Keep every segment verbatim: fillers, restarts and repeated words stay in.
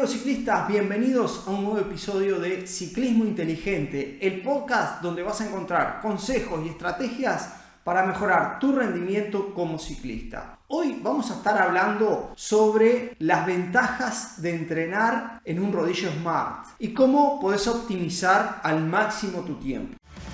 Amigos ciclistas, bienvenidos a un nuevo episodio de Ciclismo Inteligente, el podcast donde vas a encontrar consejos y estrategias para mejorar tu rendimiento como ciclista. Hoy vamos a estar hablando sobre las ventajas de entrenar en un rodillo Smart y cómo podés optimizar al máximo tu tiempo.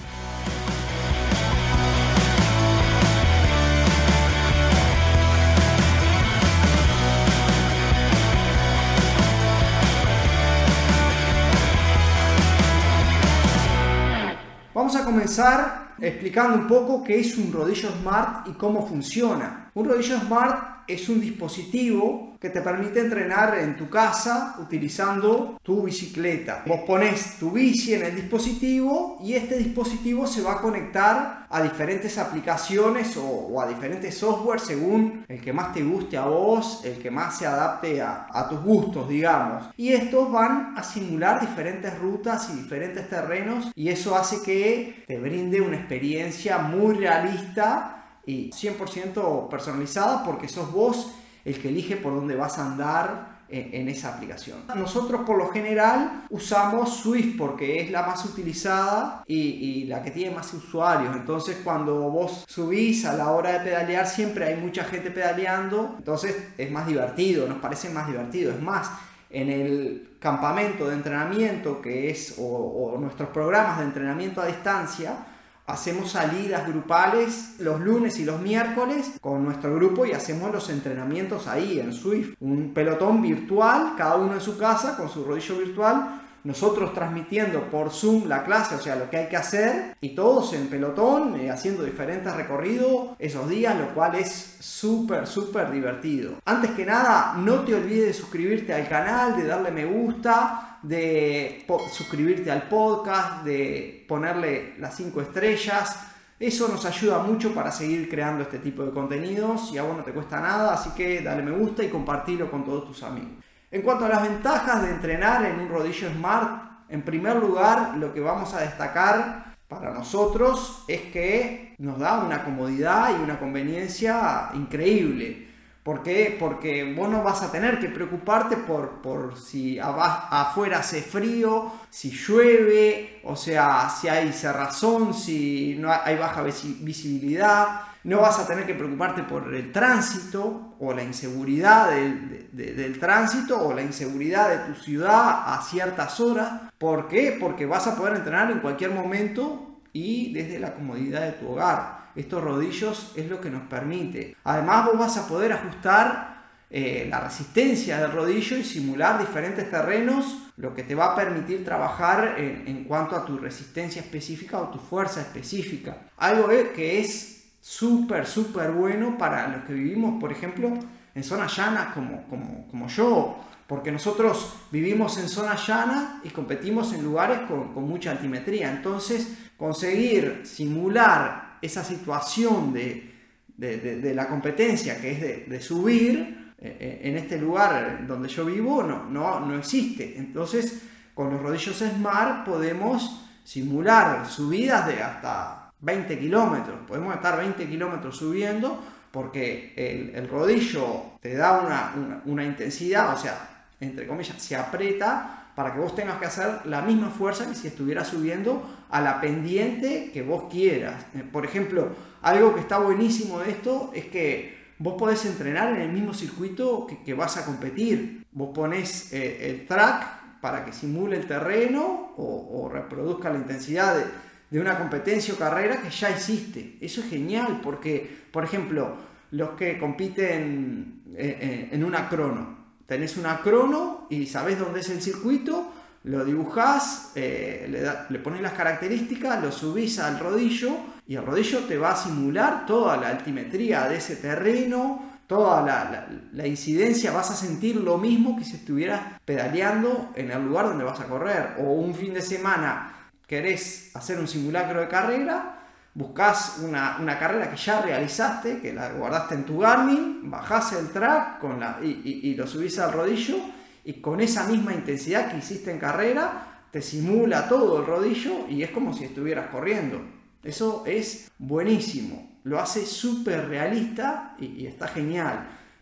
Vamos a comenzar explicando un poco qué es un rodillo Smart y cómo funciona. Un rodillo Smart es un dispositivo que te permite entrenar en tu casa utilizando tu bicicleta. Vos pones tu bici en el dispositivo y este dispositivo se va a conectar a diferentes aplicaciones o, o a diferentes software según el que más te guste a vos, el que más se adapte a, a tus gustos, digamos. Y estos van a simular diferentes rutas y diferentes terrenos y eso hace que te brinde una experiencia muy realista y cien por ciento personalizada porque sos vos el que elige por dónde vas a andar en, en esa aplicación. Nosotros por lo general usamos Zwift porque es la más utilizada y, y la que tiene más usuarios. Entonces cuando vos subís a la hora de pedalear siempre hay mucha gente pedaleando. Entonces es más divertido, nos parece más divertido. Es más, en el campamento de entrenamiento que es o, o nuestros programas de entrenamiento a distancia, hacemos salidas grupales los lunes y los miércoles con nuestro grupo y hacemos los entrenamientos ahí en Zwift. Un pelotón virtual, cada uno en su casa con su rodillo virtual, nosotros transmitiendo por Zoom la clase, o sea, lo que hay que hacer, y todos en pelotón eh, haciendo diferentes recorridos esos días, lo cual es súper, súper divertido. Antes que nada, no te olvides de suscribirte al canal, de darle me gusta, de po- suscribirte al podcast, de ponerle las cinco estrellas. Eso nos ayuda mucho para seguir creando este tipo de contenidos y a vos no te cuesta nada, así que dale me gusta y compartilo con todos tus amigos. En cuanto a las ventajas de entrenar en un rodillo Smart, en primer lugar lo que vamos a destacar para nosotros es que nos da una comodidad y una conveniencia increíble. ¿Por qué? Porque vos no vas a tener que preocuparte por, por si afuera hace frío, si llueve, o sea, si hay cerrazón, si no hay baja visibilidad. No vas a tener que preocuparte por el tránsito o la inseguridad del, de, de, del tránsito o la inseguridad de tu ciudad a ciertas horas. ¿Por qué? Porque vas a poder entrenar en cualquier momento y desde la comodidad de tu hogar. Estos rodillos es lo que nos permite. Además, vos vas a poder ajustar eh, la resistencia del rodillo y simular diferentes terrenos, lo que te va a permitir trabajar en, en cuanto a tu resistencia específica o tu fuerza específica. Algo que es súper, súper bueno para los que vivimos, por ejemplo, en zonas llanas como, como, como yo, porque nosotros vivimos en zonas llanas y competimos en lugares con, con mucha altimetría. Entonces, conseguir simular esa situación de, de, de, de la competencia, que es de, de subir, eh, en este lugar donde yo vivo, no, no, no existe. Entonces, con los rodillos Smart podemos simular subidas de hasta veinte kilómetros, podemos estar veinte kilómetros subiendo porque el, el rodillo te da una, una, una intensidad, o sea, entre comillas, se aprieta para que vos tengas que hacer la misma fuerza que si estuvieras subiendo a la pendiente que vos quieras. Por ejemplo, algo que está buenísimo de esto es que vos podés entrenar en el mismo circuito que, que vas a competir. Vos ponés eh, el track para que simule el terreno o, o reproduzca la intensidad de de una competencia o carrera que ya hiciste. Eso es genial porque, por ejemplo, los que compiten eh, en una crono, tenés una crono y sabés dónde es el circuito, lo dibujás, eh, le, da, le pones las características, lo subís al rodillo y el rodillo te va a simular toda la altimetría de ese terreno, toda la, la, la incidencia. Vas a sentir lo mismo que si estuvieras pedaleando en el lugar donde vas a correr. O un fin de semana querés hacer un simulacro de carrera, buscás una, una carrera que ya realizaste, que la guardaste en tu Garmin, bajás el track con la, y, y, y lo subís al rodillo y con esa misma intensidad que hiciste en carrera te simula todo el rodillo y es como si estuvieras corriendo. Eso es buenísimo, lo hace súper realista y, y está genial.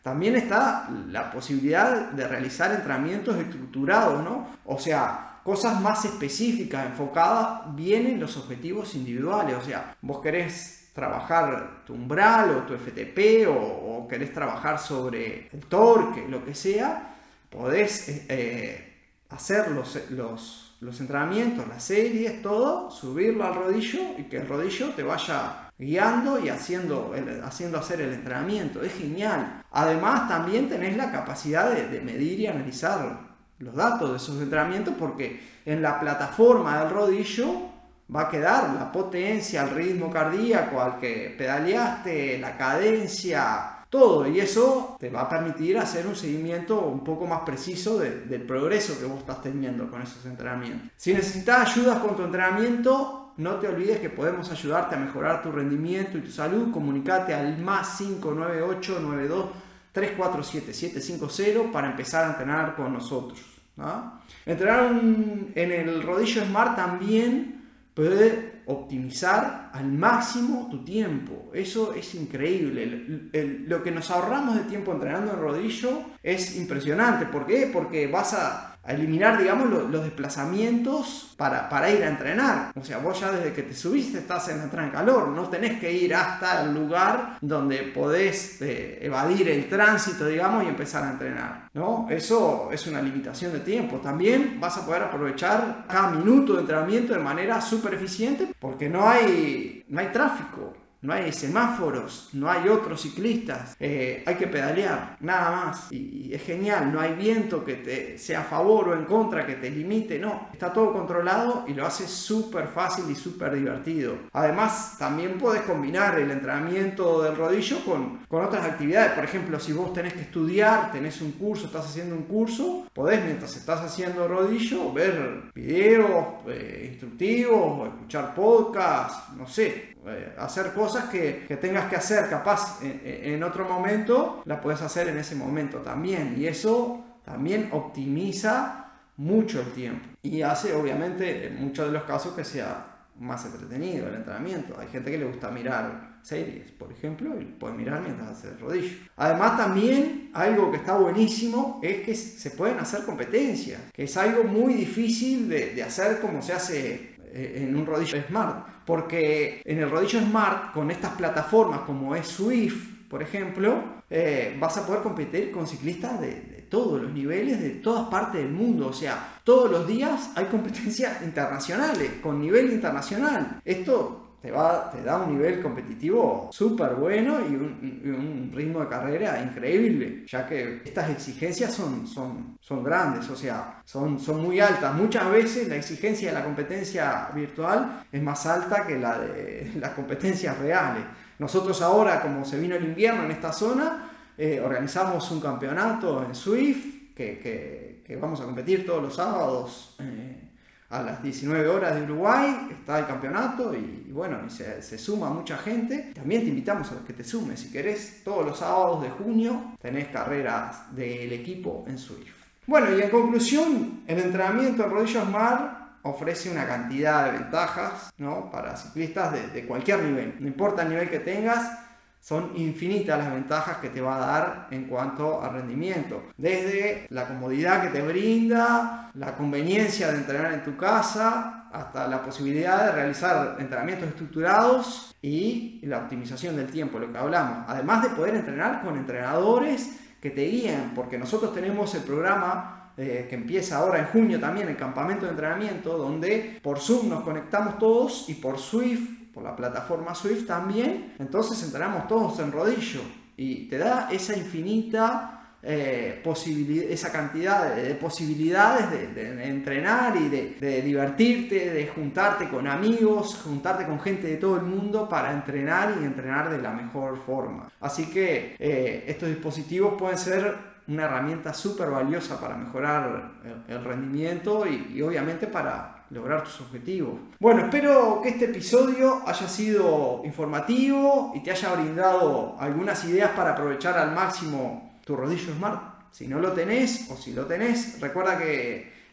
también está la posibilidad de realizar entrenamientos estructurados, ¿no? O sea, cosas más específicas, enfocadas bien en los objetivos individuales. O sea, vos querés trabajar tu umbral o tu F T P o, o querés trabajar sobre el torque, lo que sea, podés eh, hacer los, los, los entrenamientos, las series, todo, subirlo al rodillo y que el rodillo te vaya guiando y haciendo, haciendo hacer el entrenamiento. Es genial. Además, también tenés la capacidad de, de medir y analizar los datos de esos entrenamientos, porque en la plataforma del rodillo va a quedar la potencia, el ritmo cardíaco al que pedaleaste, la cadencia, todo, y eso te va a permitir hacer un seguimiento un poco más preciso de, del progreso que vos estás teniendo con esos entrenamientos. Si necesitas ayudas con tu entrenamiento, no te olvides que podemos ayudarte a mejorar tu rendimiento y tu salud. Comunicate al más cinco nueve ocho nueve dos tres cuatro siete siete cinco cero para empezar a entrenar con nosotros, ¿no? Entrenar un, en el rodillo Smart también puede optimizar al máximo tu tiempo. Eso es increíble. El, el, lo que nos ahorramos de tiempo entrenando en rodillo es impresionante. ¿Por qué? Porque vas a a eliminar, digamos, los, los desplazamientos para, para ir a entrenar. O sea, vos ya desde que te subiste estás en la entrada en calor, no tenés que ir hasta el lugar donde podés eh, evadir el tránsito, digamos, y empezar a entrenar, ¿no? Eso es una limitación de tiempo. También vas a poder aprovechar cada minuto de entrenamiento de manera súper eficiente, porque no hay, no hay tráfico. No hay semáforos, no hay otros ciclistas, eh, hay que pedalear, nada más. Y, y es genial, no hay viento que te sea a favor o en contra, que te limite, no. Está todo controlado y lo hace súper fácil y súper divertido. Además, también podés combinar el entrenamiento del rodillo con, con otras actividades. Por ejemplo, si vos tenés que estudiar, tenés un curso, estás haciendo un curso, podés, mientras estás haciendo rodillo, ver videos eh, instructivos o escuchar podcasts, no sé. Eh, hacer cosas que, que tengas que hacer capaz en, en otro momento, las puedes hacer en ese momento también, y eso también optimiza mucho el tiempo y hace obviamente en muchos de los casos que sea más entretenido el entrenamiento. Hay gente que le gusta mirar series, por ejemplo, y puede mirar mientras hace el rodillo. Además, también algo que está buenísimo es que se pueden hacer competencias, que es algo muy difícil de, de hacer como se hace en un rodillo Smart, porque en el rodillo Smart, con estas plataformas como es Swift, por ejemplo, eh, vas a poder competir con ciclistas de, de todos los niveles, de todas partes del mundo. O sea, todos los días hay competencias internacionales, con nivel internacional. Esto te, va, te da un nivel competitivo súper bueno y un, y un ritmo de carrera increíble, ya que estas exigencias son, son, son grandes, o sea, son, son muy altas. Muchas veces la exigencia de la competencia virtual es más alta que la de las competencias reales. Nosotros ahora, como se vino el invierno en esta zona, eh, organizamos un campeonato en Swift que, que, que vamos a competir todos los sábados eh, a las diecinueve horas de Uruguay. Está el campeonato y, y bueno, y se, se suma mucha gente. También te invitamos a que te sumes. Si querés, todos los sábados de junio tenés carreras del equipo en Swift. Bueno, y en conclusión, el entrenamiento en rodillo Smart ofrece una cantidad de ventajas, ¿no?, para ciclistas de, de cualquier nivel. No importa el nivel que tengas, son infinitas las ventajas que te va a dar en cuanto a rendimiento. Desde la comodidad que te brinda, la conveniencia de entrenar en tu casa, hasta la posibilidad de realizar entrenamientos estructurados y la optimización del tiempo, lo que hablamos. Además de poder entrenar con entrenadores que te guíen, porque nosotros tenemos el programa Eh, que empieza ahora en junio también, el campamento de entrenamiento, donde por Zoom nos conectamos todos y por Swift, por la plataforma Swift también, entonces entrenamos todos en rodillo y te da esa infinita eh, posibilidad, esa cantidad de, de posibilidades de, de, de entrenar y de, de divertirte, de juntarte con amigos, juntarte con gente de todo el mundo para entrenar y entrenar de la mejor forma. Así que eh, estos dispositivos pueden ser una herramienta súper valiosa para mejorar el, el rendimiento y, y obviamente para lograr tus objetivos. Bueno, espero que este episodio haya sido informativo y te haya brindado algunas ideas para aprovechar al máximo tu rodillo Smart. Si no lo tenés o si lo tenés, recuerda que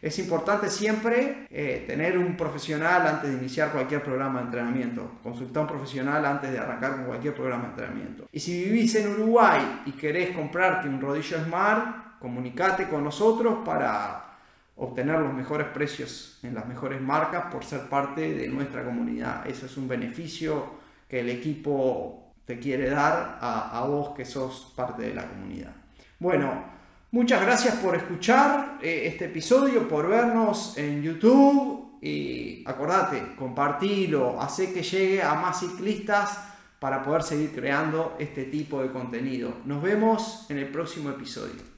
Es importante siempre eh, tener un profesional antes de iniciar cualquier programa de entrenamiento. Consultar a un profesional antes de arrancar con cualquier programa de entrenamiento. Y si vivís en Uruguay y querés comprarte un rodillo Smart, comunicate con nosotros para obtener los mejores precios en las mejores marcas por ser parte de nuestra comunidad. Eso es un beneficio que el equipo te quiere dar a, a vos que sos parte de la comunidad. Bueno, muchas gracias por escuchar eh, este episodio, por vernos en YouTube y acordate, compartilo, hacé que llegue a más ciclistas para poder seguir creando este tipo de contenido. Nos vemos en el próximo episodio.